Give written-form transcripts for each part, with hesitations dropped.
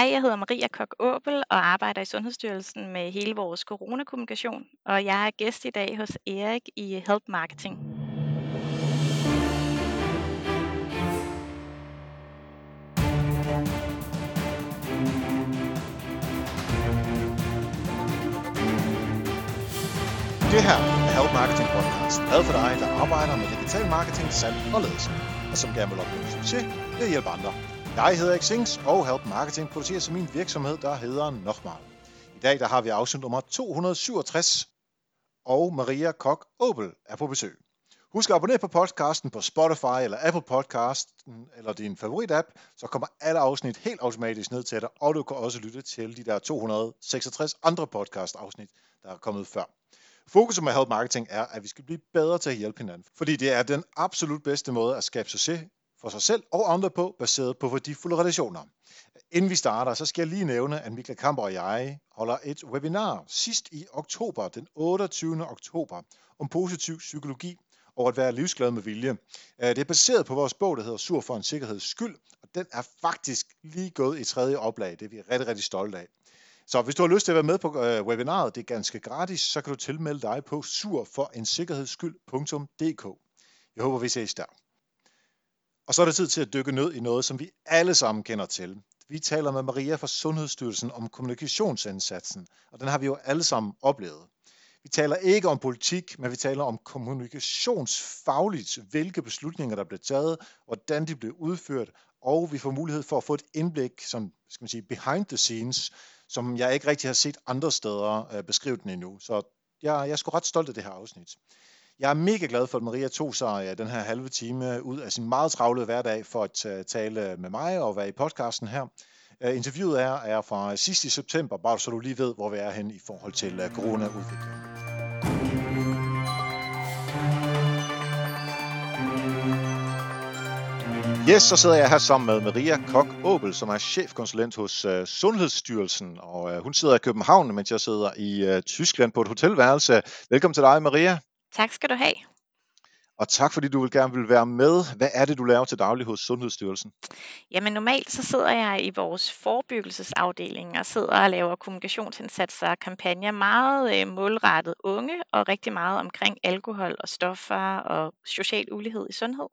Hej, jeg hedder Maria Koch-Åbel og arbejder i Sundhedsstyrelsen med hele vores coronakommunikation, og jeg er gæst i dag hos Erik i Help Marketing. Det her er Help Marketing Podcast, lavet for dig, der arbejder med digital marketing, salg og ledelse, og som gerne vil opnå succes ved at hjælpe andre. Jeg hedder Erik Sings, og Help Marketing producerer som min virksomhed, der hedder Nochmal. I dag der har vi afsnit nummer 267, og Maria Koch-Åbel er på besøg. Husk at abonnere på podcasten på Spotify eller Apple Podcasten eller din favorit-app, så kommer alle afsnit helt automatisk ned til dig, og du kan også lytte til de der 266 andre podcast-afsnit, der er kommet før. Fokuset med Help Marketing er, at vi skal blive bedre til at hjælpe hinanden, fordi det er den absolut bedste måde at skabe succes for sig selv og andre på, baseret på værdifulde relationer. Inden vi starter, så skal jeg lige nævne, at Mikkel Kamper og jeg holder et webinar sidst i oktober, den 28. oktober, om positiv psykologi og at være livsglad med vilje. Det er baseret på vores bog, der hedder Sur for en sikkerheds skyld, og den er faktisk lige gået i 3. oplag. Det er vi rigtig, rigtig stolte af. Så hvis du har lyst til at være med på webinaret, det er ganske gratis, så kan du tilmelde dig på surforensikkerhedsskyld.dk. Jeg håber, vi ses der. Og så er det tid til at dykke ned i noget, som vi alle sammen kender til. Vi taler med Maria fra Sundhedsstyrelsen om kommunikationsindsatsen, og den har vi jo alle sammen oplevet. Vi taler ikke om politik, men vi taler om kommunikationsfagligt, hvilke beslutninger der blev taget, hvordan de blev udført, og vi får mulighed for at få et indblik, som skal man sige, behind the scenes, som jeg ikke rigtig har set andre steder beskrive den endnu. Så jeg er sgu ret stolt af det her afsnit. Jeg er mega glad for, at Maria tog sig den her halve time ud af sin meget travle hverdag for at tale med mig og være i podcasten her. Interviewet er fra sidst i september, bare så du lige ved, hvor vi er henne i forhold til corona-udviklingen. Yes, så sidder jeg her sammen med Maria Koch-Åbel, som er chefkonsulent hos Sundhedsstyrelsen, og hun sidder i København, mens jeg sidder i Tyskland på et hotelværelse. Velkommen til dig, Maria. Tak skal du have. Og tak fordi du gerne vil være med. Hvad er det, du laver til daglig hos Sundhedsstyrelsen? Jamen normalt så sidder jeg i vores forebyggelsesafdeling og sidder og laver kommunikationsindsatser og kampagner meget målrettet unge og rigtig meget omkring alkohol og stoffer og social ulighed i sundhed.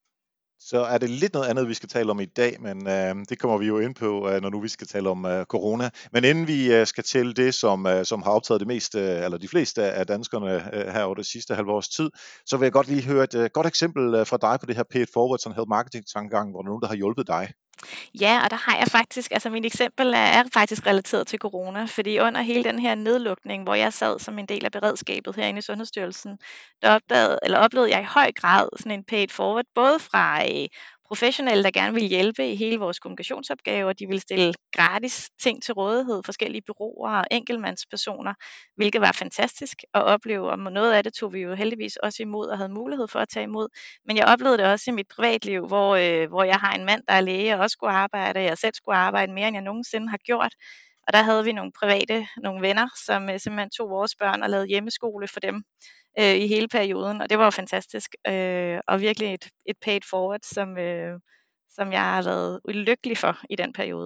Så er det lidt noget andet, vi skal tale om i dag, men det kommer vi jo ind på, når nu vi skal tale om corona. Men inden vi skal til det, som har optaget det meste, eller de fleste af danskerne her over det sidste halve års tid, så vil jeg godt lige høre et godt eksempel fra dig på det her Pay It Forward, sådan en Help Marketing-tankegang, hvor der er nogen, der har hjulpet dig. Ja, og der har jeg faktisk, altså mit eksempel er faktisk relateret til corona, fordi under hele den her nedlukning, hvor jeg sad som en del af beredskabet herinde i Sundhedsstyrelsen, der oplevede jeg i høj grad sådan en pay it forward, både fra professionelle, der gerne ville hjælpe i hele vores kommunikationsopgaver, de ville stille gratis ting til rådighed, forskellige bureauer og enkeltmandspersoner, hvilket var fantastisk at opleve, og noget af det tog vi jo heldigvis også imod og havde mulighed for at tage imod. Men jeg oplevede det også i mit privatliv, hvor jeg har en mand, der er læge og også skulle arbejde, og jeg selv skulle arbejde mere, end jeg nogensinde har gjort. Og der havde vi nogle venner, som simpelthen tog vores børn og lavede hjemmeskole for dem i hele perioden, og det var jo fantastisk. Og virkelig et paid forward, som jeg har været lykkelig for i den periode.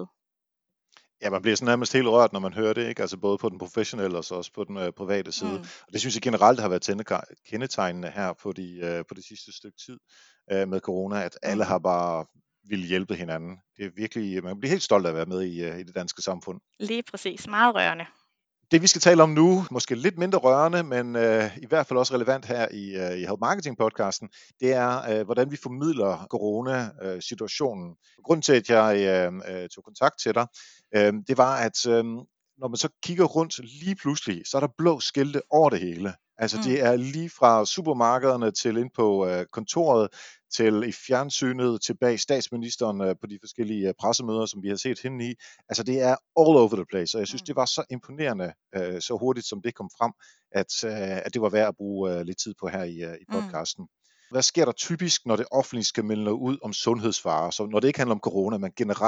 Ja, man bliver sådan nærmest helt rørt, når man hører det, ikke? Altså både på den professionelle og så også på den private side. Og det synes jeg generelt har været kendetegnende her på det sidste stykke tid med corona, at alle har bare ville hjælpe hinanden. Det er virkelig, man bliver helt stolt af at være med i det danske samfund. Lige præcis. Meget rørende. Det vi skal tale om nu, måske lidt mindre rørende, men i hvert fald også relevant her i Help Marketing podcasten, det er, hvordan vi formidler corona-situationen. Grunden til, at jeg tog kontakt til dig, det var, at når man så kigger rundt lige pludselig, så er der blå skilte over det hele. Altså det er lige fra supermarkederne til ind på kontoret, til i fjernsynet, til bag statsministeren på de forskellige pressemøder, som vi har set hende i. Altså det er all over the place, og jeg synes, det var så imponerende, så hurtigt som det kom frem, at det var værd at bruge lidt tid på her i podcasten. Hvad sker der typisk, når det offentlige skal melde noget ud om sundhedsfarer, så når det ikke handler om corona, men generelt?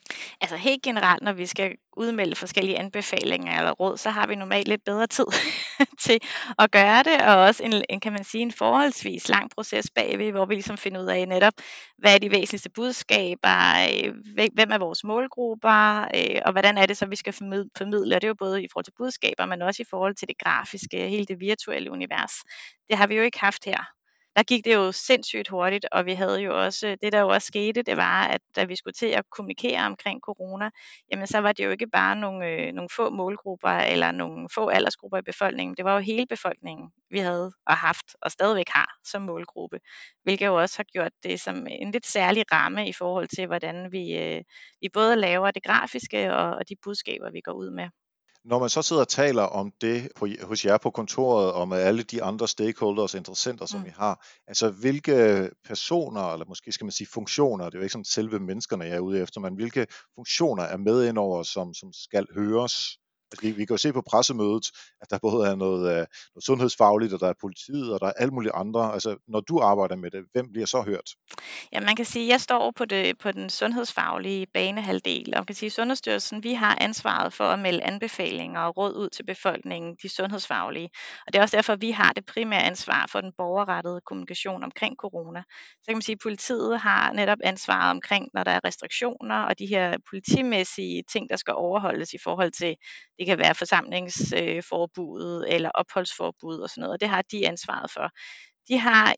Altså helt generelt, når vi skal udmelde forskellige anbefalinger eller råd, så har vi normalt lidt bedre tid til at gøre det, og også kan man sige, en forholdsvis lang proces bagved, hvor vi ligesom finder ud af netop, hvad er de væsentligste budskaber, hvem er vores målgrupper, og hvordan er det så, vi skal formidle, og det er jo både i forhold til budskaber, men også i forhold til det grafiske, hele det virtuelle univers. Det har vi jo ikke haft her. Der gik det jo sindssygt hurtigt, og vi havde jo også det, der jo også skete, det var, at da vi skulle til at kommunikere omkring corona, jamen så var det jo ikke bare nogle få målgrupper eller nogle få aldersgrupper i befolkningen. Det var jo hele befolkningen, vi havde og haft og stadigvæk har som målgruppe, hvilket jo også har gjort det som en lidt særlig ramme i forhold til, hvordan vi både laver det grafiske og de budskaber, vi går ud med. Når man så sidder og taler om det hos jer på kontoret, og med alle de andre stakeholders og interessenter, som I har, altså hvilke personer, eller måske skal man sige funktioner, det er jo ikke sådan selve menneskerne, jeg er ude efter, men hvilke funktioner er med indover, som skal høres? Altså vi kan jo se på pressemødet, at der både er noget sundhedsfagligt, og der er politiet, og der er alle mulige andre. Altså når du arbejder med det, hvem bliver så hørt? Ja, man kan sige, at jeg står på den sundhedsfaglige banehalvdel, og man kan sige, at Sundhedsstyrelsen, vi har ansvaret for at melde anbefalinger og råd ud til befolkningen, de sundhedsfaglige. Og det er også derfor, vi har det primære ansvar for den borgerrettede kommunikation omkring corona. Så kan man sige, at politiet har netop ansvaret omkring, når der er restriktioner og de her politimæssige ting, der skal overholdes i forhold til, det kan være forsamlingsforbuddet eller opholdsforbud og sådan noget. Og det har de ansvaret for. De har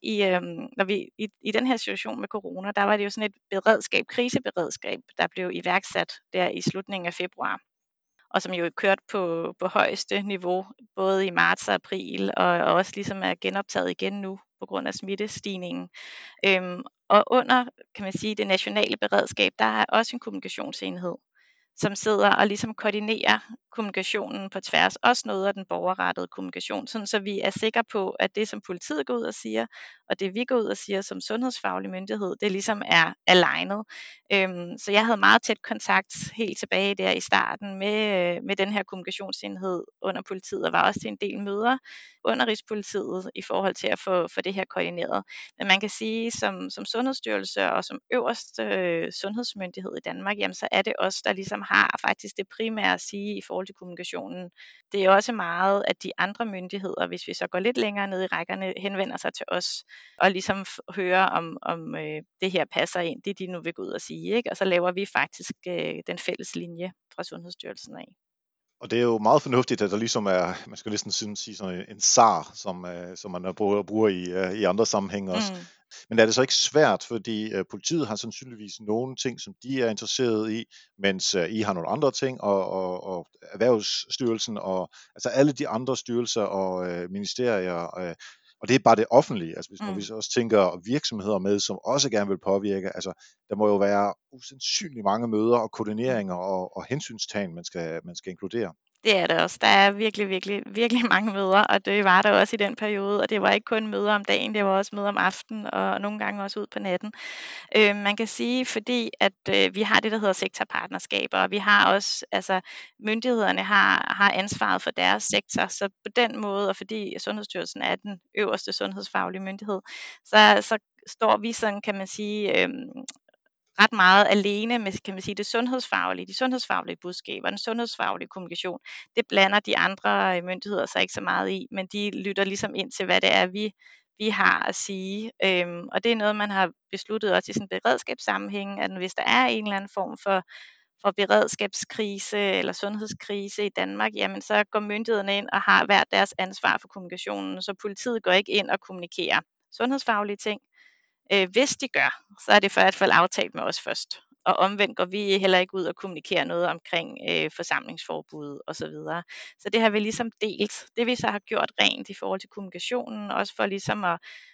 i den her situation med corona, der var det jo sådan et kriseberedskab, der blev iværksat der i slutningen af februar, og som jo kørte på højeste niveau, både i marts og april, og også ligesom er genoptaget igen nu på grund af smittestigningen. Og under, kan man sige, det nationale beredskab, der er også en kommunikationsenhed, som sidder og ligesom koordinerer kommunikationen på tværs, også noget af den borgerrettede kommunikation, sådan så vi er sikre på, at det, som politiet går ud og siger, og det vi går ud og siger som sundhedsfaglig myndighed, det ligesom er alignet. Så jeg havde meget tæt kontakt helt tilbage der i starten med den her kommunikationsenhed under politiet, og var også til en del møder under Rigspolitiet i forhold til at få det her koordineret. Men man kan sige, som Sundhedsstyrelse og som øverste sundhedsmyndighed i Danmark, jamen så er det os, der ligesom har faktisk det primære at sige i forhold til kommunikationen. Det er også meget, at de andre myndigheder, hvis vi så går lidt længere ned i rækkerne, henvender sig til os og ligesom hører om det her passer ind, det de nu vil gå ud og sige, ikke? Og så laver vi faktisk den fælles linje fra Sundhedsstyrelsen af. Og det er jo meget fornuftigt, at der ligesom er, man skal næsten sige sådan en SAR, som man bruger i andre sammenhænge også. Men er det så ikke svært, fordi politiet har sandsynligvis nogle ting, som de er interesseret i, mens I har nogle andre ting, og Erhvervsstyrelsen, og altså alle de andre styrelser og ministerier, og det er bare det offentlige. Altså når vi så også tænker virksomheder med, som også gerne vil påvirke, altså der må jo være usandsynligt mange møder og koordineringer og hensynstagen, man skal inkludere. Det er det også. Der er virkelig, virkelig, virkelig mange møder, og det var der også i den periode, og det var ikke kun møder om dagen, det var også møder om aftenen, og nogle gange også ud på natten. Man kan sige, fordi at vi har det, der hedder sektorpartnerskaber, og vi har også, altså myndighederne har ansvaret for deres sektor, så på den måde, og fordi Sundhedsstyrelsen er den øverste sundhedsfaglige myndighed, så står vi sådan, kan man sige, ret meget alene med, kan man sige, de sundhedsfaglige budskaber, den sundhedsfaglige kommunikation. Det blander de andre myndigheder sig ikke så meget i, men de lytter ligesom ind til, hvad det er, vi har at sige. Og det er noget, man har besluttet også i sådan en beredskabssammenhæng, at hvis der er en eller anden form for beredskabskrise eller sundhedskrise i Danmark, jamen så går myndighederne ind og har hver deres ansvar for kommunikationen, så politiet går ikke ind og kommunikerer sundhedsfaglige ting. Hvis de gør, så er det for at få aftalt med os først. Og omvendt går vi heller ikke ud og kommunikerer noget omkring forsamlingsforbud og så videre. Så det har vi ligesom delt. Det vi så har gjort rent i forhold til kommunikationen, også for ligesom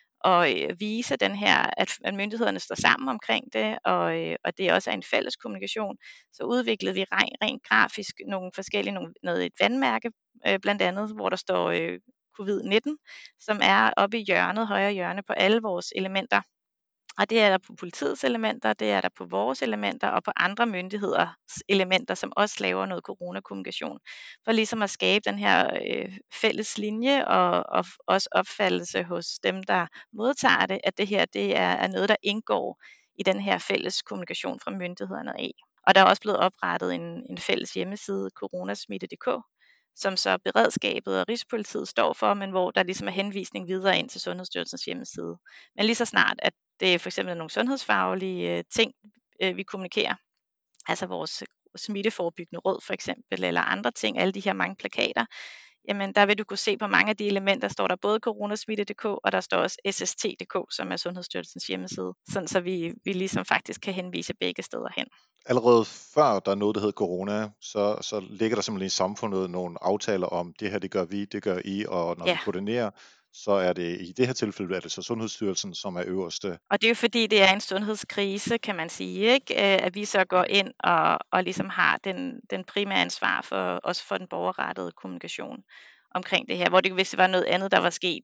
at vise den her, at myndighederne står sammen omkring det, og det også er en fælles kommunikation. Så udviklede vi rent grafisk nogle forskellige, et vandmærke blandt andet, hvor der står covid-19, som er oppe i hjørnet, højre hjørne på alle vores elementer. Og det er der på politiets elementer, det er der på vores elementer og på andre myndigheders elementer, som også laver noget coronakommunikation. For ligesom at skabe den her fælles linje og også opfattelse hos dem, der modtager det, at det her det er noget, der indgår i den her fælles kommunikation fra myndighederne af. Og der er også blevet oprettet en fælles hjemmeside, coronasmitte.dk, som så beredskabet og Rigspolitiet står for, men hvor der ligesom er henvisning videre ind til Sundhedsstyrelsens hjemmeside. Men lige så snart, at det for eksempel er nogle sundhedsfaglige ting, vi kommunikerer, altså vores smitteforebyggende råd for eksempel, eller andre ting, alle de her mange plakater, jamen der vil du kunne se på mange af de elementer, står der både coronasmitte.dk, og der står også sst.dk, som er Sundhedsstyrelsens hjemmeside, sådan så vi ligesom faktisk kan henvise begge steder hen. Allerede før der er noget, der hedder corona, så ligger der simpelthen i samfundet nogle aftaler om, det her det gør vi, det gør I, og når vi koordinerer, så er det i det her tilfælde, er det så Sundhedsstyrelsen, som er øverste. Og det er jo fordi, det er en sundhedskrise, kan man sige, ikke? At vi så går ind og ligesom har den primære ansvar for, også for den borgerrettede kommunikation omkring det her, hvor det, hvis det var noget andet, der var sket,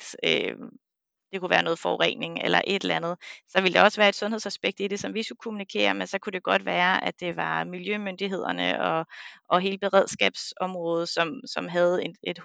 det kunne være noget forurening eller et eller andet, så ville der også være et sundhedsaspekt i det, som vi skulle kommunikere, men så kunne det godt være, at det var miljømyndighederne og hele beredskabsområdet, som havde et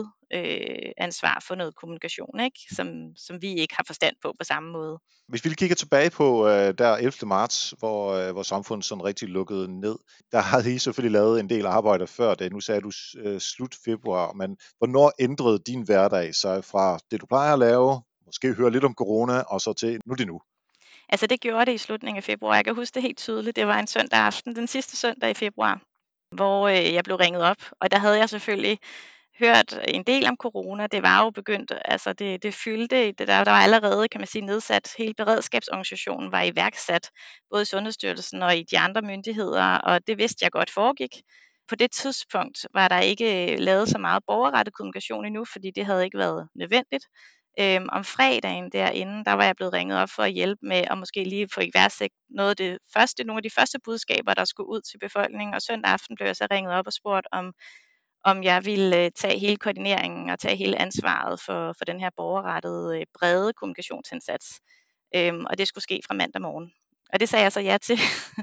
hovedansvar for noget kommunikation, ikke? Som vi ikke har forstand på samme måde. Hvis vi kigger tilbage på der 11. marts, hvor samfundet sådan rigtig lukkede ned, der havde I selvfølgelig lavet en del arbejde før det. Nu sagde du slut februar, men hvornår ændrede din hverdag sig fra det, du plejer at lave, måske høre lidt om corona, og så til nu det nu? Altså det gjorde det i slutningen af februar. Jeg kan huske det helt tydeligt. Det var en søndag aften, den sidste søndag i februar, hvor jeg blev ringet op. Og der havde jeg selvfølgelig hørt en del om corona. Det var jo begyndt, altså det fyldte. Der var allerede, kan man sige, nedsat. Hele beredskabsorganisationen var iværksat, både i Sundhedsstyrelsen og i de andre myndigheder, og det vidste jeg godt foregik. På det tidspunkt var der ikke lavet så meget borgerrettet kommunikation endnu, fordi det havde ikke været nødvendigt. Om fredagen derinde, der var jeg blevet ringet op for at hjælpe med at måske lige få iværksat nogle af de første budskaber, der skulle ud til befolkningen. Og søndag aften blev jeg så ringet op og spurgt, om jeg ville tage hele koordineringen og tage hele ansvaret for den her borgerrettede brede kommunikationsindsats. Og det skulle ske fra mandag morgen. Og det sagde jeg så ja til.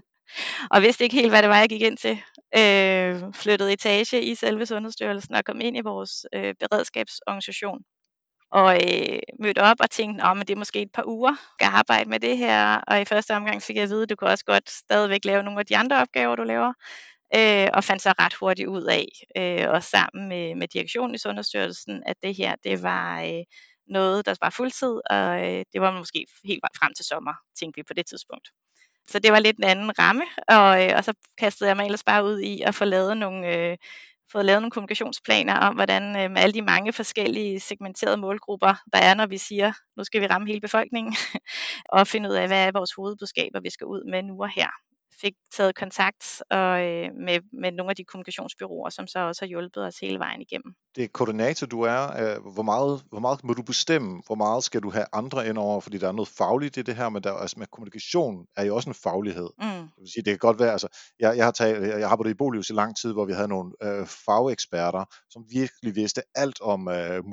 Og vidste ikke helt, hvad det var, jeg gik ind til. Flyttede etage i selve Sundhedsstyrelsen og kom ind i vores beredskabsorganisation. Og mødte op og tænkte, men det er måske et par uger, jeg skal arbejde med det her. Og i første omgang fik jeg at vide, at du kan også godt stadigvæk lave nogle af de andre opgaver, du laver. Og fandt så ret hurtigt ud af, og sammen med direktionen i Sundhedsstyrelsen, at det her, det var noget, der var fuldtid, og det var måske helt frem til sommer, tænkte vi på det tidspunkt. Så det var lidt en anden ramme, og så kastede jeg mig ellers bare ud i at få lavet nogle kommunikationsplaner om, hvordan med alle de mange forskellige segmenterede målgrupper, der er, når vi siger, nu skal vi ramme hele befolkningen, og finde ud af, hvad er vores hovedbudskaber, vi skal ud med nu og her. Fik taget kontakt med nogle af de kommunikationsbureauer, som så også har hjulpet os hele vejen igennem. Det er koordinator, du er. Hvor meget må du bestemme? Hvor meget skal du have andre ind over? Fordi der er noget fagligt i det her, men med kommunikation er jo også en faglighed. Det vil sige, det kan godt være, altså, jeg har arbejdet i Bolius i lang tid, hvor vi havde nogle fageksperter, som virkelig vidste alt om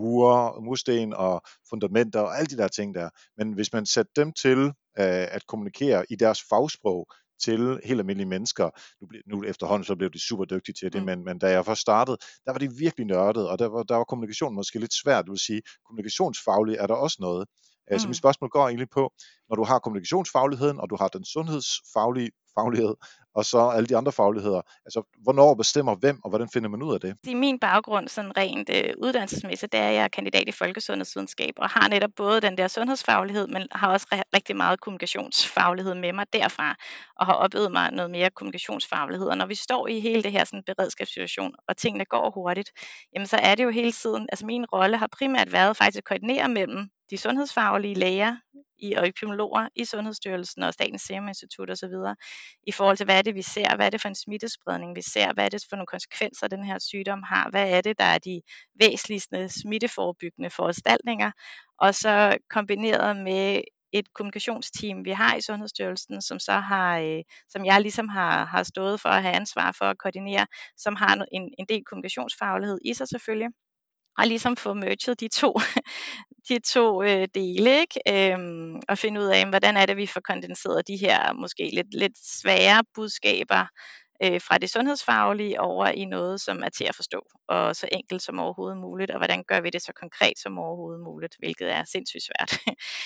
mursten og fundamenter og alle de der ting der. Men hvis man satte dem til at kommunikere i deres fagsprog, til helt almindelige mennesker. Nu efterhånden så blev de super dygtige til det, men da jeg først startede, der var de virkelig nørdet, og der var kommunikation måske lidt svært. Det vil sige, kommunikationsfagligt er der også noget. Så mit spørgsmål går egentlig på, når du har kommunikationsfagligheden, og du har den sundhedsfaglighed, og så alle de andre fagligheder, altså hvornår bestemmer hvem, og hvordan finder man ud af det? I min baggrund, sådan rent uddannelsesmæssigt, det er jeg kandidat i folkesundhedsvidenskab, og har netop både den der sundhedsfaglighed, men har også rigtig meget kommunikationsfaglighed med mig derfra, og har oplevet mig noget mere kommunikationsfaglighed. Og når vi står i hele det her sådan beredskabssituation, og tingene går hurtigt, jamen så er det jo hele tiden, altså min rolle har primært været faktisk at koordinere mellem de sundhedsfaglige læger og epidemiologer i Sundhedsstyrelsen og Statens Serum Institut osv. i forhold til, hvad er det, vi ser, hvad er det for en smittespredning, vi ser, hvad er det for nogle konsekvenser, den her sygdom har, hvad er det, der er de væsentligste smitteforebyggende foranstaltninger, og så kombineret med et kommunikationsteam, vi har i Sundhedsstyrelsen, som jeg ligesom har stået for at have ansvar for at koordinere, som har en del kommunikationsfaglighed i sig selvfølgelig, og ligesom få merged de to dele, ikke? Og finde ud af, hvordan er det, vi får kondenseret de her måske lidt svære budskaber fra det sundhedsfaglige over i noget, som er til at forstå, og så enkelt som overhovedet muligt, og hvordan gør vi det så konkret som overhovedet muligt, hvilket er sindssygt svært,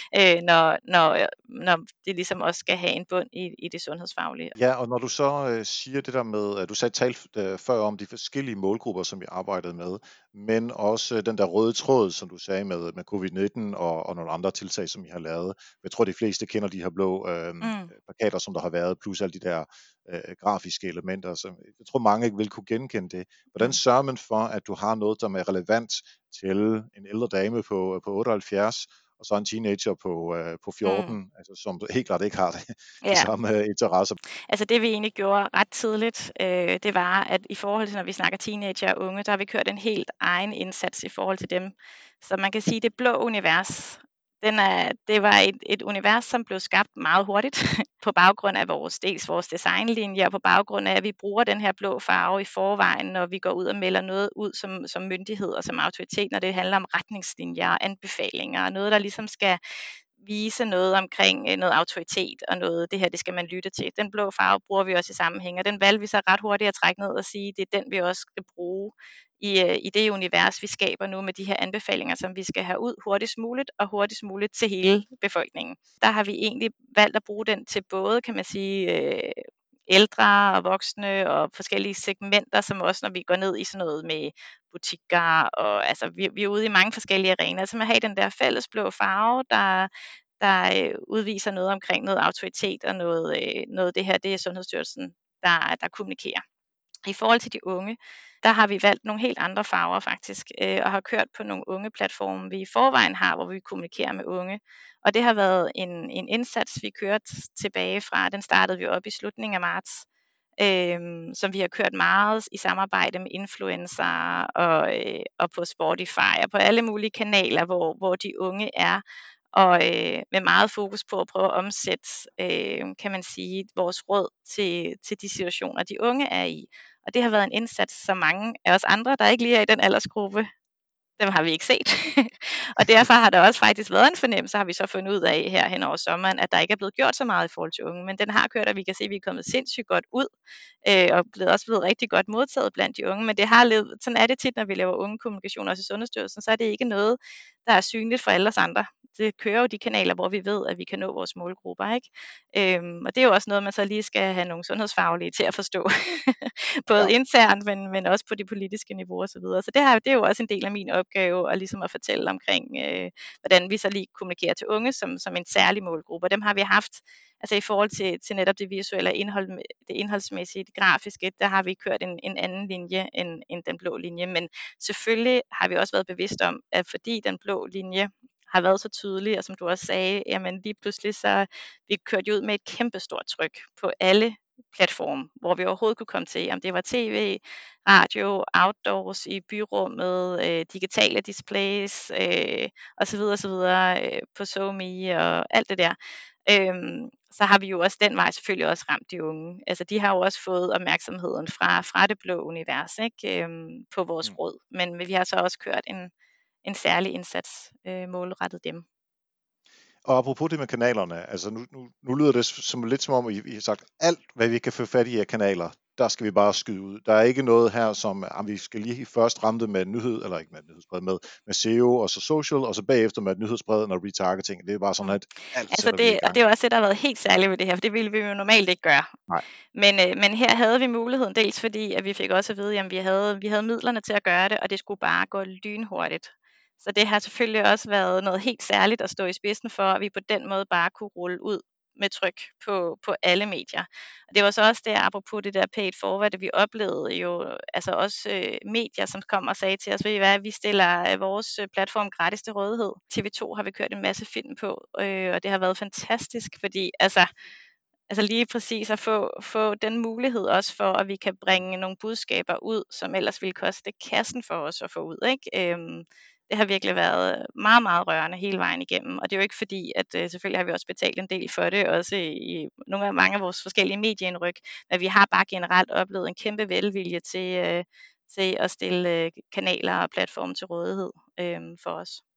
når det ligesom også skal have en bund i det sundhedsfaglige. Ja, og når du så siger det der med, at du talte før om de forskellige målgrupper, som vi arbejdede med, men også den der røde tråd, som du sagde med covid-19 og nogle andre tiltag, som I har lavet. Jeg tror, de fleste kender de her blå plakater, som der har været, plus alle de der grafiske elementer. Så jeg tror, mange ikke vil kunne genkende det. Hvordan sørger man for, at du har noget, der er relevant til en ældre dame på 78, og så en teenager på 14, altså, som helt klart ikke har de samme interesser? Altså det vi egentlig gjorde ret tidligt, det var, at i forhold til, når vi snakker teenager og unge, der har vi kørt en helt egen indsats i forhold til dem. Så man kan sige, at det blå univers, det var et univers, som blev skabt meget hurtigt på baggrund af vores designlinje, og på baggrund af, at vi bruger den her blå farve i forvejen, når vi går ud og melder noget ud som myndighed og som autoritet, når det handler om retningslinjer og anbefalinger, og noget, der ligesom skal vise noget omkring noget autoritet og noget, det her, det skal man lytte til. Den blå farve bruger vi også i sammenhæng, og den valgte vi så ret hurtigt at trække ned og sige, det er den, vi også skal bruge i det univers, vi skaber nu med de her anbefalinger, som vi skal have ud hurtigst muligt og hurtigst muligt til hele befolkningen. Der har vi egentlig valgt at bruge den til både, kan man sige, ældre og voksne og forskellige segmenter, som også, når vi går ned i sådan noget med butikker, og altså vi er ude i mange forskellige arenaer, så man har den der fælles blå farve, der udviser noget omkring noget autoritet og noget det her, det er Sundhedsstyrelsen, der kommunikerer. I forhold til de unge, der har vi valgt nogle helt andre farver faktisk, og har kørt på nogle unge platforme, vi i forvejen har, hvor vi kommunikerer med unge. Og det har været en indsats, vi kørte tilbage fra, den startede vi op i slutningen af marts, som vi har kørt meget i samarbejde med influencer og på Spotify og på alle mulige kanaler, hvor de unge er, og med meget fokus på at prøve at omsætte, kan man sige, vores råd til de situationer, de unge er i. Og det har været en indsats, som mange af os andre, der ikke lige er i den aldersgruppe, dem har vi ikke set. Og derfor har der også faktisk været en fornemmelse, har vi så fundet ud af her hen over sommeren, at der ikke er blevet gjort så meget i forhold til unge, men den har kørt, og vi kan se, at vi er kommet sindssygt godt ud, og også blevet rigtig godt modtaget blandt de unge, men det har levet, sådan er det tit, når vi laver unge kommunikation også i Sundhedsstyrelsen, så er det ikke noget, der er synligt for alle os andre. Det kører jo de kanaler, hvor vi ved, at vi kan nå vores målgrupper, ikke? Og det er jo også noget, man så lige skal have nogle sundhedsfaglige til at forstå, både internt, men også på de politiske niveauer osv. Så det er jo også en del af min opgave, at ligesom at fortælle omkring, hvordan vi så lige kommunikerer til unge som en særlig målgruppe. Og dem har vi haft, altså i forhold til netop det visuelle indhold, det indholdsmæssige, det grafiske, der har vi kørt en anden linje end den blå linje. Men selvfølgelig har vi også været bevidst om, at fordi den blå linje har været så tydelig, og som du også sagde, jamen lige pludselig så vi kørte ud med et kæmpestort tryk på alle platforme, hvor vi overhovedet kunne komme til, om det var tv, radio, outdoors, i byrummet, digitale displays, osv. På SoMe og alt det der. Så har vi jo også den vej selvfølgelig også ramt de unge. Altså de har jo også fået opmærksomheden fra det blå univers, ikke? På vores råd. Men vi har så også kørt en særlig indsats målrettet dem. Og apropos det med kanalerne, altså nu lyder det lidt som om, I har sagt, alt hvad vi kan få fat i af kanaler, der skal vi bare skyde ud. Der er ikke noget her, som vi skal lige først ramme det med nyhed, eller ikke med nyhedsbred, med SEO og så social, og så bagefter med nyhedsbred og retargeting. Det er bare sådan, at alt altså det er jo også det, der har været helt særligt ved det her, for det ville vi jo normalt ikke gøre. Nej. Men her havde vi muligheden, dels fordi, at vi fik også at vide, at vi havde midlerne til at gøre det, og det skulle bare gå lynhurtigt. Så det har selvfølgelig også været noget helt særligt at stå i spidsen for, at vi på den måde bare kunne rulle ud med tryk på alle medier. Og det var så også det, apropos det der paid forward, at vi oplevede jo altså også medier, som kom og sagde til os, ved I hvad, vi stiller vores platform gratis til rådighed. TV2 har vi kørt en masse film på, og det har været fantastisk, fordi altså lige præcis at få den mulighed også for, at vi kan bringe nogle budskaber ud, som ellers ville koste kassen for os at få ud, ikke? Det har virkelig været meget, meget rørende hele vejen igennem, og det er jo ikke fordi, at selvfølgelig har vi også betalt en del for det, også i mange af vores forskellige medieindryk, men vi har bare generelt oplevet en kæmpe velvilje til at stille kanaler og platforme til rådighed for os.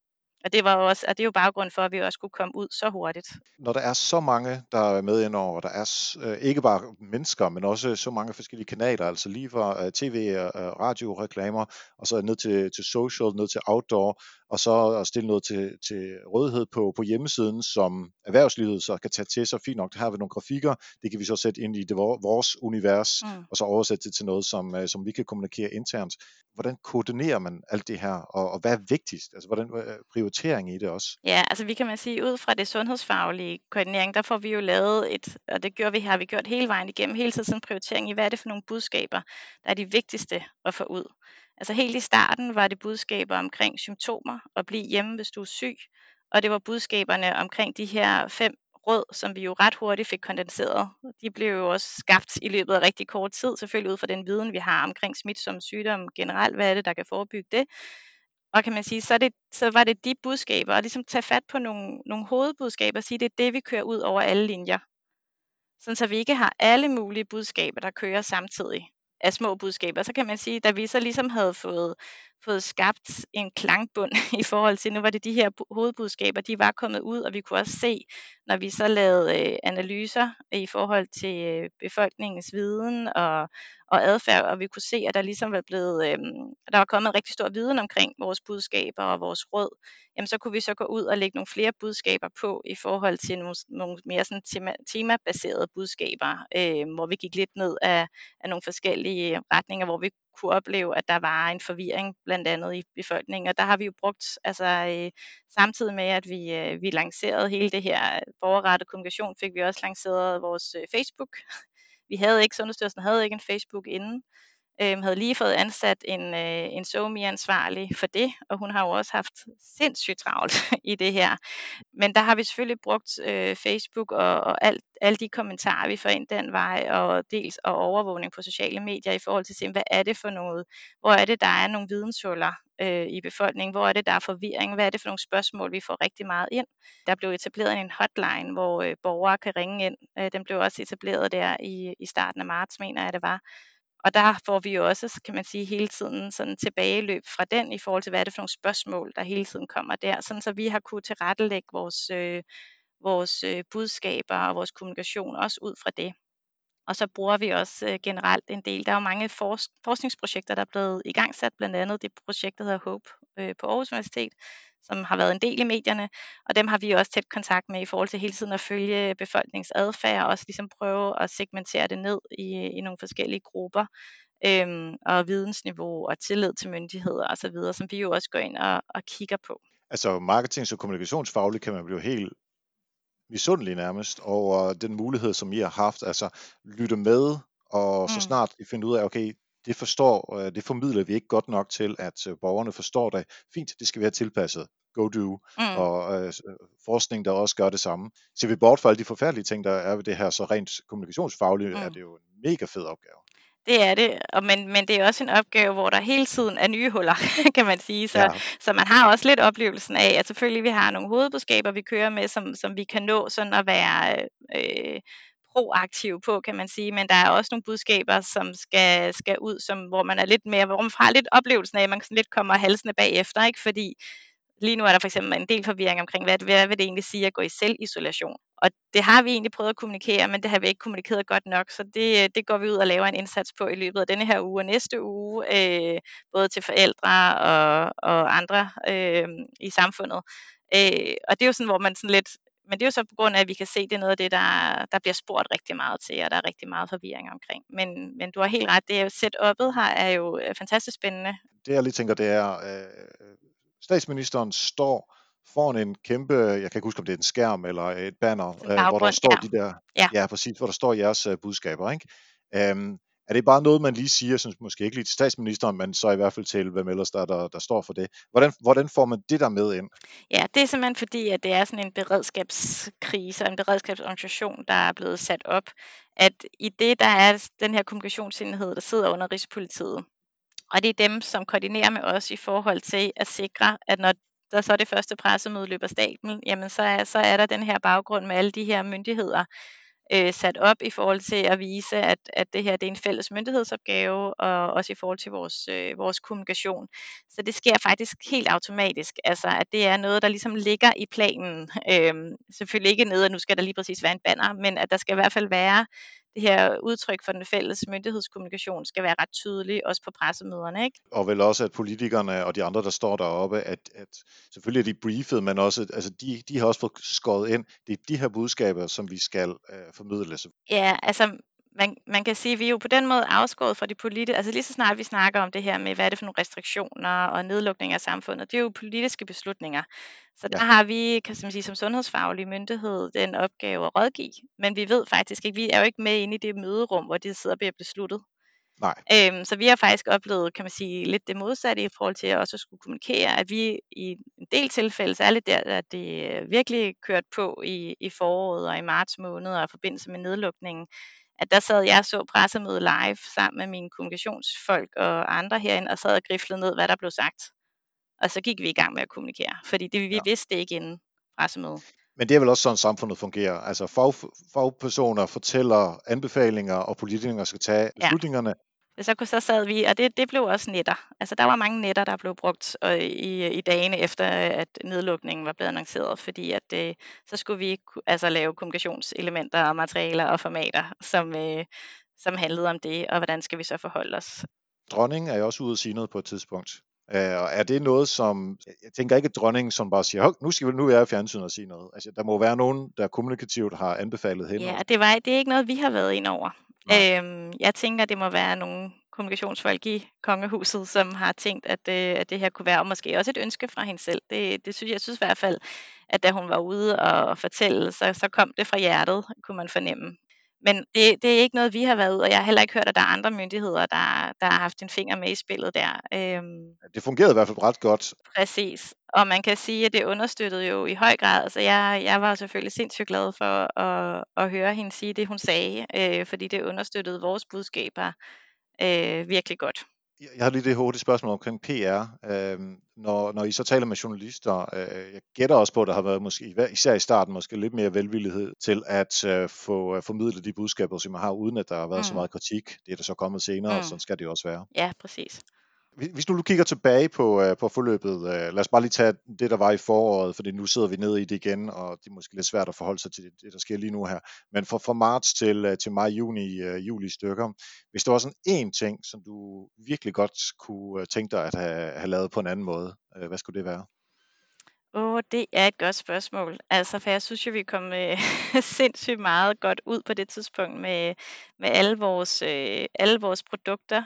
Og det er jo baggrund for, at vi også kunne komme ud så hurtigt. Når der er så mange, der er med indover, der er ikke bare mennesker, men også så mange forskellige kanaler, altså lige fra tv, radio, reklamer, og så ned til social, ned til outdoor, og så at stille noget til rådighed på hjemmesiden, som erhvervslivet så kan tage til sig. Fint nok, det har vi nogle grafikker, det kan vi så sætte ind i vores univers, og så oversætte det til noget, som vi kan kommunikere internt. Hvordan koordinerer man alt det her, og hvad er vigtigst? Altså, hvordan prioritering i det også? Ja, altså vi kan man sige, ud fra det sundhedsfaglige koordinering, der får vi jo lavet og det har vi gjort hele vejen igennem, hele tiden sådan en prioritering i, hvad er det for nogle budskaber, der er de vigtigste at få ud. Altså helt i starten var det budskaber omkring symptomer, og blive hjemme, hvis du er syg, og det var budskaberne omkring de her 5 råd, som vi jo ret hurtigt fik kondenseret. De blev jo også skabt i løbet af rigtig kort tid, selvfølgelig ud fra den viden, vi har omkring smitsomme sygdomme generelt, hvad er det, der kan forebygge det. Og kan man sige, så var det de budskaber, og ligesom tage fat på nogle hovedbudskaber, og sige, det er det, vi kører ud over alle linjer. Sådan så vi ikke har alle mulige budskaber, der kører samtidig af små budskaber. Så kan man sige, da vi så ligesom havde fået skabt en klangbund i forhold til, nu var det de her hovedbudskaber, de var kommet ud, og vi kunne også se, når vi så lavede analyser i forhold til befolkningens viden og adfærd, og vi kunne se, at der ligesom var der var kommet en rigtig stor viden omkring vores budskaber og vores råd, jamen så kunne vi så gå ud og lægge nogle flere budskaber på i forhold til nogle mere sådan temabaserede budskaber, hvor vi gik lidt ned af nogle forskellige retninger, hvor vi kunne opleve, at der var en forvirring blandt andet i befolkningen. Og der har vi jo brugt, samtidig med, at vi lancerede hele det her borgerrettet kommunikation, fik vi også lanceret vores Facebook. Sundhedsstyrelsen havde ikke en Facebook inden. Havde lige fået ansat en SoMe-ansvarlig for det, og hun har jo også haft sindssygt travlt i det her. Men der har vi selvfølgelig brugt Facebook og alle de kommentarer, vi får ind den vej, og dels og overvågning på sociale medier i forhold til at se, hvad er det for noget, hvor er det, der er nogle videnshuller i befolkningen, hvor er det, der er forvirring, hvad er det for nogle spørgsmål, vi får rigtig meget ind. Der blev etableret en hotline, hvor borgere kan ringe ind. Den blev også etableret der i starten af marts, mener jeg det var. Og der får vi jo også, kan man sige, hele tiden sådan tilbageløb fra den i forhold til, hvad er det for nogle spørgsmål, der hele tiden kommer der, sådan så vi har kunnet tilrettelægge vores budskaber og vores kommunikation også ud fra det. Og så bruger vi også generelt en del. Der er jo mange forskningsprojekter, der er blevet igangsat, blandt andet det projekt, der hedder HOPE på Aarhus Universitet, som har været en del i medierne, og dem har vi også tæt kontakt med i forhold til hele tiden at følge befolkningsadfærd, og også ligesom prøve at segmentere det ned i nogle forskellige grupper, og vidensniveau og tillid til myndigheder osv., som vi jo også går ind og kigger på. Altså marketing- og kommunikationsfagligt kan man blive helt misundelig nærmest over den mulighed, som I har haft, altså lytte med, og så snart I finder ud af, okay, det formidler vi ikke godt nok til, at borgerne forstår det. Fint, det skal vi have tilpasset. Go do. Og forskning, der også gør det samme. Så vi bort fra alle de forfærdelige ting, der er ved det her, så rent kommunikationsfagligt er det jo en mega fed opgave. Det er det, men det er også en opgave, hvor der hele tiden er nye huller, kan man sige. Så man har også lidt oplevelsen af, at selvfølgelig vi har nogle hovedbudskaber, vi kører med, som vi kan nå sådan at være proaktive på, kan man sige. Men der er også nogle budskaber, som skal ud, hvor man er lidt mere, hvor man har lidt oplevelsen af, at man sådan lidt kommer halsende bagefter, ikke? Fordi lige nu er der for eksempel en del forvirring omkring, hvad vil det egentlig sige at gå i selvisolation? Og det har vi egentlig prøvet at kommunikere, men det har vi ikke kommunikeret godt nok, så det går vi ud og laver en indsats på i løbet af denne her uge og næste uge, både til forældre og andre i samfundet. Og det er jo sådan, hvor man sådan lidt, men det er jo så på grund af, at vi kan se, at det er noget af det, der bliver spurgt rigtig meget til, og der er rigtig meget forvirring omkring. Men du har helt ret, det er jo setup'et her er jo fantastisk spændende. Det jeg lige tænker, det er, statsministeren står foran en kæmpe, jeg kan ikke huske, om det er en skærm eller et banner, hvor der står præcis, hvor der står jeres budskaber, ikke? Er det bare noget, man lige siger, synes måske ikke lige til statsministeren, men så i hvert fald til, hvem ellers der står for det? Hvordan får man det der med ind? Ja, det er simpelthen fordi, at det er sådan en beredskabskrise og en beredskabsorganisation, der er blevet sat op, at i det, der er den her kommunikationsenhed, der sidder under Rigspolitiet. Og det er dem, som koordinerer med os i forhold til at sikre, at når der så er det første pressemøde løber stablen, jamen så er der den her baggrund med alle de her myndigheder, sat op i forhold til at vise, at det her det er en fælles myndighedsopgave, og også i forhold til vores kommunikation. Så det sker faktisk helt automatisk, altså at det er noget, der ligesom ligger i planen. Selvfølgelig ikke nede, at nu skal der lige præcis være en banner, men at der skal i hvert fald være det her udtryk for den fælles myndighedskommunikation skal være ret tydeligt, også på pressemøderne, ikke? Og vel også, at politikerne og de andre, der står deroppe, at selvfølgelig er de briefet, men også, altså de har også fået skåret ind. Det er de her budskaber, som vi skal formidle. Ja, altså man kan sige, at vi er jo på den måde afskåret fra de politiske, altså lige så snart vi snakker om det her med, hvad er det for nogle restriktioner og nedlukning af samfundet, det er jo politiske beslutninger. Så der har vi, kan man sige, som sundhedsfaglig myndighed den opgave at rådgive, men vi ved faktisk ikke, vi er jo ikke med inde i det møderum, hvor de sidder og bliver besluttet. Nej. Så vi har faktisk oplevet, kan man sige, lidt det modsatte i forhold til også at skulle kommunikere, at vi i en del tilfælde, særligt der, at det virkelig kørt på i foråret og i marts måned og i forbindelse med nedlukningen, at der sad jeg og så pressemødet live sammen med mine kommunikationsfolk og andre herinde og sad og griflede ned, hvad der blev sagt. Og så gik vi i gang med at kommunikere, fordi vi vidste det ikke inden pressemødet. Men det er vel også sådan, samfundet fungerer. Altså fagpersoner fortæller anbefalinger, og politikere skal tage beslutningerne. Så sad vi, og det blev også nætter. Altså der var mange nætter, der blev brugt i dagene efter, at nedlukningen var blevet annonceret, fordi at så skulle vi altså lave kommunikationselementer og materialer og formater, som handlede om det, og hvordan skal vi så forholde os. Dronningen er jo også ude at sige noget på et tidspunkt. Og er det noget, som... Jeg tænker ikke, at dronningen som bare siger, nu er jeg i fjernsynet og sige noget. Altså, der må være nogen, der kommunikativt har anbefalet hende. Ja, det er ikke noget, vi har været ind over. Jeg tænker, det må være nogle kommunikationsfolk i kongehuset, som har tænkt, at det her kunne være, og måske også et ønske fra hende selv. Jeg synes i hvert fald, at da hun var ude og fortælle, så kom det fra hjertet, kunne man fornemme. Men det er ikke noget, vi har været ud, og jeg har heller ikke hørt, at der er andre myndigheder, der har haft en finger med i spillet der. Det fungerede i hvert fald ret godt. Præcis, og man kan sige, at det understøttede jo i høj grad. Altså jeg var selvfølgelig sindssygt glad for at høre hende sige det, hun sagde, fordi det understøttede vores budskaber virkelig godt. Jeg har lige det hurtige spørgsmål omkring PR. Når I så taler med journalister, jeg gætter også på, at der har været måske, især i starten, måske lidt mere velvillighed til at få formidlet de budskaber, som man har, uden at der har været så meget kritik. Det er der så kommet senere, og sådan skal det jo også være. Ja, præcis. Hvis nu du kigger tilbage på forløbet, lad os bare lige tage det, der var i foråret, fordi nu sidder vi nede i det igen, og det er måske lidt svært at forholde sig til det, der sker lige nu her. Men fra marts til maj, juni, juli stykker, hvis der var sådan én ting, som du virkelig godt kunne tænke dig at have lavet på en anden måde, hvad skulle det være? Det er et godt spørgsmål. Altså, for jeg synes jo, vi kom sindssygt meget godt ud på det tidspunkt med alle vores produkter.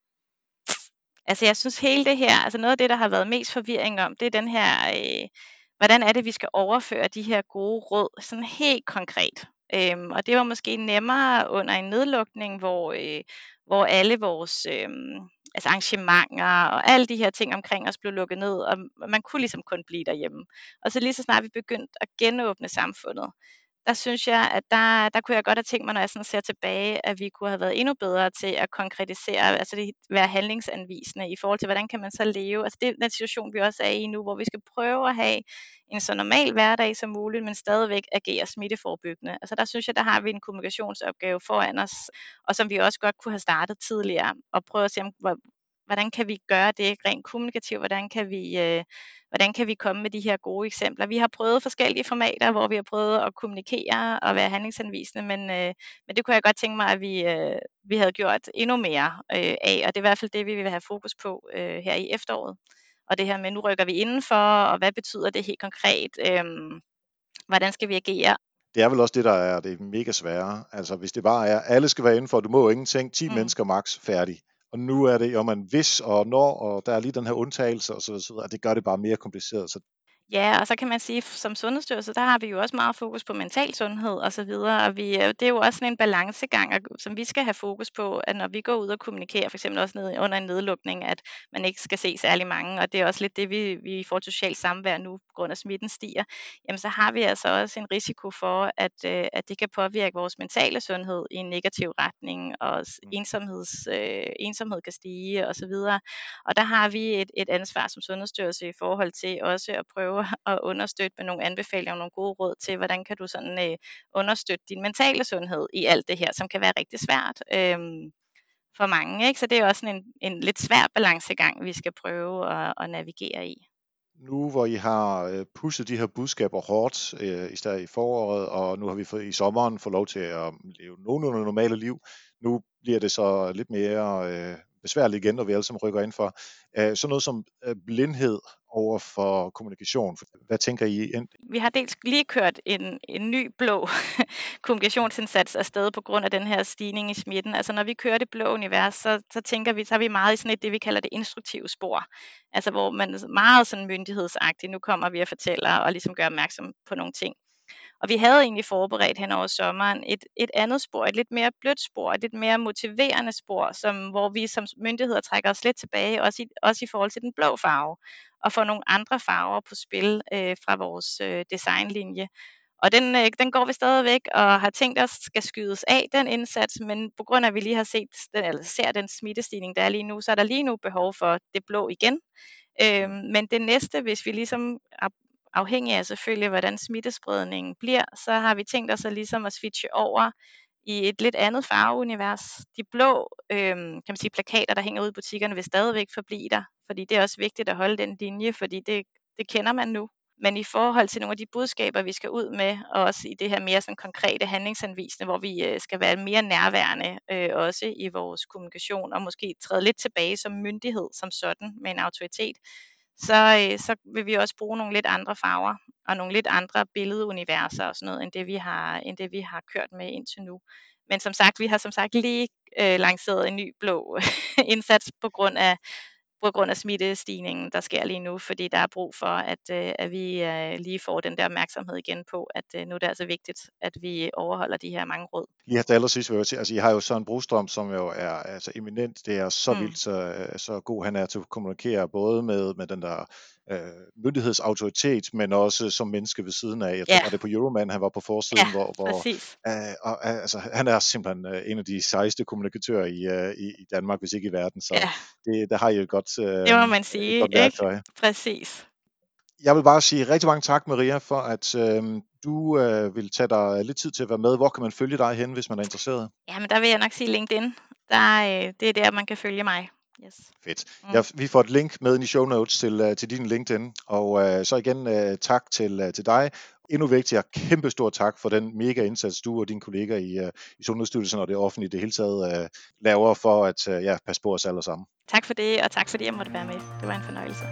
Altså, jeg synes hele det her, altså noget af det, der har været mest forvirring om, det er den her, hvordan er det, vi skal overføre de her gode råd, sådan helt konkret. Og det var måske nemmere under en nedlukning, hvor alle vores altså arrangementer og alle de her ting omkring os blev lukket ned, og man kunne ligesom kun blive derhjemme. Og så lige så snart vi begyndte at genåbne samfundet, der synes jeg, at der kunne jeg godt have tænkt mig, når jeg sådan ser tilbage, at vi kunne have været endnu bedre til at konkretisere, altså det være handlingsanvisende i forhold til, hvordan kan man så leve. Altså det er den situation, vi også er i nu, hvor vi skal prøve at have en så normal hverdag som muligt, men stadigvæk agere smitteforebyggende. Altså der synes jeg, der har vi en kommunikationsopgave foran os, og som vi også godt kunne have startet tidligere, og prøve at se, hvordan kan vi gøre det rent kommunikativt, hvordan kan vi komme med de her gode eksempler. Vi har prøvet forskellige formater, hvor vi har prøvet at kommunikere og være handlingsanvisende, men det kunne jeg godt tænke mig, at vi havde gjort endnu mere af, og det er i hvert fald det, vi vil have fokus på her i efteråret. Og det her med, nu rykker vi indenfor, og hvad betyder det helt konkret? Hvordan skal vi agere? Det er vel også det, der er det mega svære. Altså hvis det bare er, alle skal være indenfor, du må jo ingenting, 10 mennesker max, færdig. Og nu er det, om man hvis og når, og der er lige den her undtagelse, og så videre, og det gør det bare mere kompliceret. Så ja, og så kan man sige, som Sundhedsstyrelse, der har vi jo også meget fokus på mental sundhed og så videre, og det er jo også sådan en balancegang, som vi skal have fokus på, at når vi går ud og kommunikerer, for eksempel også under en nedlukning, at man ikke skal se særlig mange, og det er også lidt det, vi i forhold til socialt samvær nu, på grund af smitten stiger, jamen så har vi altså også en risiko for, at det kan påvirke vores mentale sundhed i en negativ retning, og ensomhed kan stige og så videre. Og der har vi et ansvar som Sundhedsstyrelse i forhold til også at prøve prøve at understøtte med nogle anbefalinger og nogle gode råd til, hvordan kan du sådan understøtte din mentale sundhed i alt det her, som kan være rigtig svært for mange, ikke? Så det er også sådan en lidt svær balancegang, vi skal prøve at navigere i. Nu hvor I har pushet de her budskaber hårdt, især i foråret, og nu har vi i sommeren fået lov til at leve nogenlunde normale liv, nu bliver det så lidt mere besværligt igen, når vi alle sammen rykker ind for. Sådan noget som blindhed over for kommunikation. Hvad tænker I ind? Vi har dels lige kørt en ny blå kommunikationsindsats afsted på grund af den her stigning i smitten. Altså når vi kører det blå univers, så tænker vi, så er vi meget i sådan det vi kalder det instruktive spor. Altså hvor man er meget sådan myndighedsagtigt, nu kommer vi og fortæller og ligesom gør opmærksom på nogle ting. Og vi havde egentlig forberedt hen over sommeren et andet spor, et lidt mere blødt spor, et lidt mere motiverende spor, hvor vi som myndigheder trækker os lidt tilbage, også i forhold til den blå farve, og får nogle andre farver på spil fra vores designlinje. Og den går vi stadigvæk og har tænkt os skal skydes af, den indsats, men på grund af, at vi lige har ser den smittestigning, der er lige nu, så er der lige nu behov for det blå igen. Men det næste, hvis vi ligesom afhængig af selvfølgelig, hvordan smittespredningen bliver, så har vi tænkt os ligesom at switche over i et lidt andet farveunivers. De blå kan man sige, plakater, der hænger ud i butikkerne, vil stadigvæk forblive der, fordi det er også vigtigt at holde den linje, fordi det kender man nu. Men i forhold til nogle af de budskaber, vi skal ud med, og også i det her mere sådan konkrete handlingsanvisende, hvor vi skal være mere nærværende, også i vores kommunikation, og måske træde lidt tilbage som myndighed som sådan, med en autoritet, så vil vi også bruge nogle lidt andre farver, og nogle lidt andre billeduniverser og sådan noget, end det vi har kørt med indtil nu. Men som sagt, vi har som sagt lige lanceret en ny blå indsats på grund af smittestigningen, der sker lige nu, fordi der er brug for, at vi lige får den der opmærksomhed igen på, at nu er det altså vigtigt, at vi overholder de her mange råd. Lige efter allersidst vil jeg sige, altså I har jo Søren Brostrøm, som jo er altså eminent, det er så vildt, så god han er til at kommunikere, både med den der myndighedsautoritet, men også som menneske ved siden af. Jeg tror, var det på Euroman, han var på forsiden, hvor altså, han er simpelthen en af de sejeste kommunikatører i Danmark, hvis ikke i verden, så der har I et godt det må man sige, godt værktøj. Præcis. Jeg vil bare sige rigtig mange tak, Maria, for at du vil tage dig lidt tid til at være med. Hvor kan man følge dig hen, hvis man er interesseret? Jamen, der vil jeg nok sige LinkedIn. Det er der, man kan følge mig. Yes. Fedt. Vi får et link med i show notes til din LinkedIn. Og så igen tak til dig. Endnu vigtigere, kæmpe stor tak for den mega indsats, du og dine kolleger i Sundhedsstyrelsen og det offentlige det hele taget laver for at passe på os alle sammen. Tak for det, og tak fordi jeg måtte være med. Det var en fornøjelse.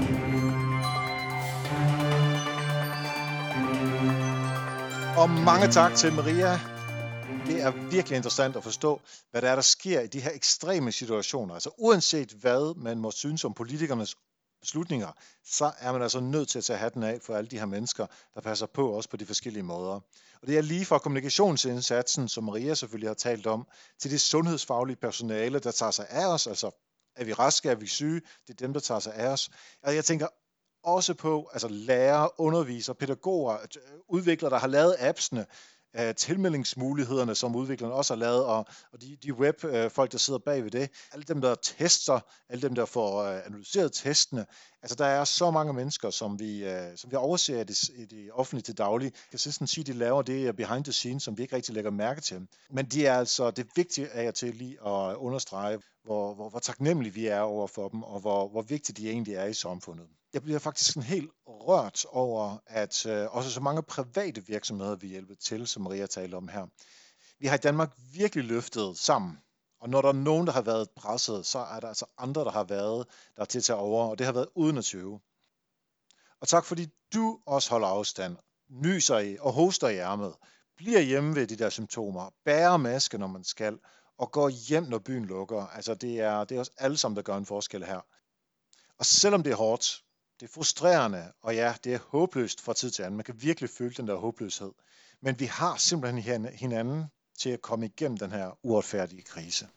Og mange tak til Maria. Det er virkelig interessant at forstå, hvad der sker i de her ekstreme situationer. Altså uanset hvad man må synes om politikernes beslutninger, så er man altså nødt til at tage hatten af for alle de her mennesker, der passer på os på de forskellige måder. Og det er lige fra kommunikationsindsatsen, som Maria selvfølgelig har talt om, til det sundhedsfaglige personale, der tager sig af os. Altså er vi raske, er vi syge, det er dem, der tager sig af os. Og jeg tænker også på altså lærere, undervisere, pædagoger, udviklere, der har lavet appsene, tilmeldingsmulighederne, som udviklerne også har lavet, og de webfolk, der sidder bag ved det, alle dem, der tester, alle dem, der får analyseret testene. Altså, der er så mange mennesker, som vi overser i det offentlige til daglig. Jeg kan sådan sige, at de laver det behind the scenes, som vi ikke rigtig lægger mærke til. Men det er altså det vigtige af til lige at understrege, hvor taknemmelige vi er over for dem, og hvor vigtigt de egentlig er i samfundet. Jeg bliver faktisk sådan helt rørt over, at også så mange private virksomheder vil hjælpe til, som Maria talte om her. Vi har i Danmark virkelig løftet sammen. Og når der er nogen, der har været presset, så er der altså andre, der har været der til at tage over, og det har været uden at tøve. Og tak fordi du også holder afstand, nyser i og hoster i ærmet, bliver hjemme ved de der symptomer, bærer maske, når man skal, og går hjem, når byen lukker. Altså det er os alle sammen, der gør en forskel her. Og selvom det er hårdt, det er frustrerende, og ja, det er håbløst fra tid til anden. Man kan virkelig føle den der håbløshed. Men vi har simpelthen hinanden til at komme igennem den her uretfærdige krise.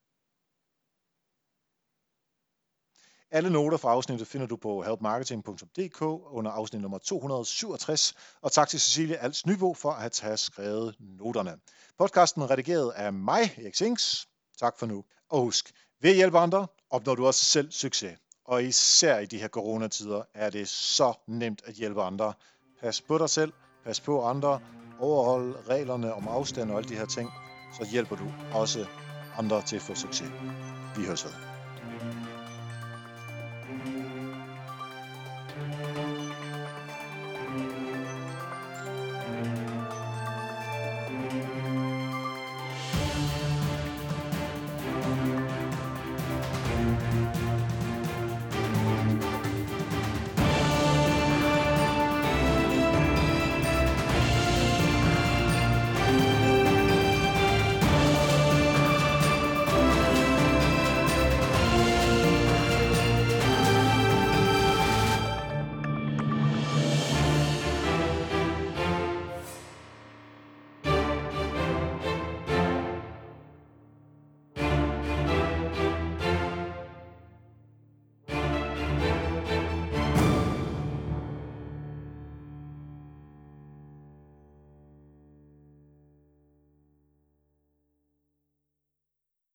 Alle noter fra afsnittet finder du på helpmarketing.dk under afsnit nummer 267. Og tak til Cecilie Als Nybo for at have skrevet noterne. Podcasten er redigeret af mig, Erik Sings. Tak for nu. Og husk, ved at hjælpe andre, opnår du også selv succes. Og især i de her coronatider er det så nemt at hjælpe andre. Pas på dig selv, pas på andre, overhold reglerne om afstand og alle de her ting, så hjælper du også andre til at få succes. Vi høres ved.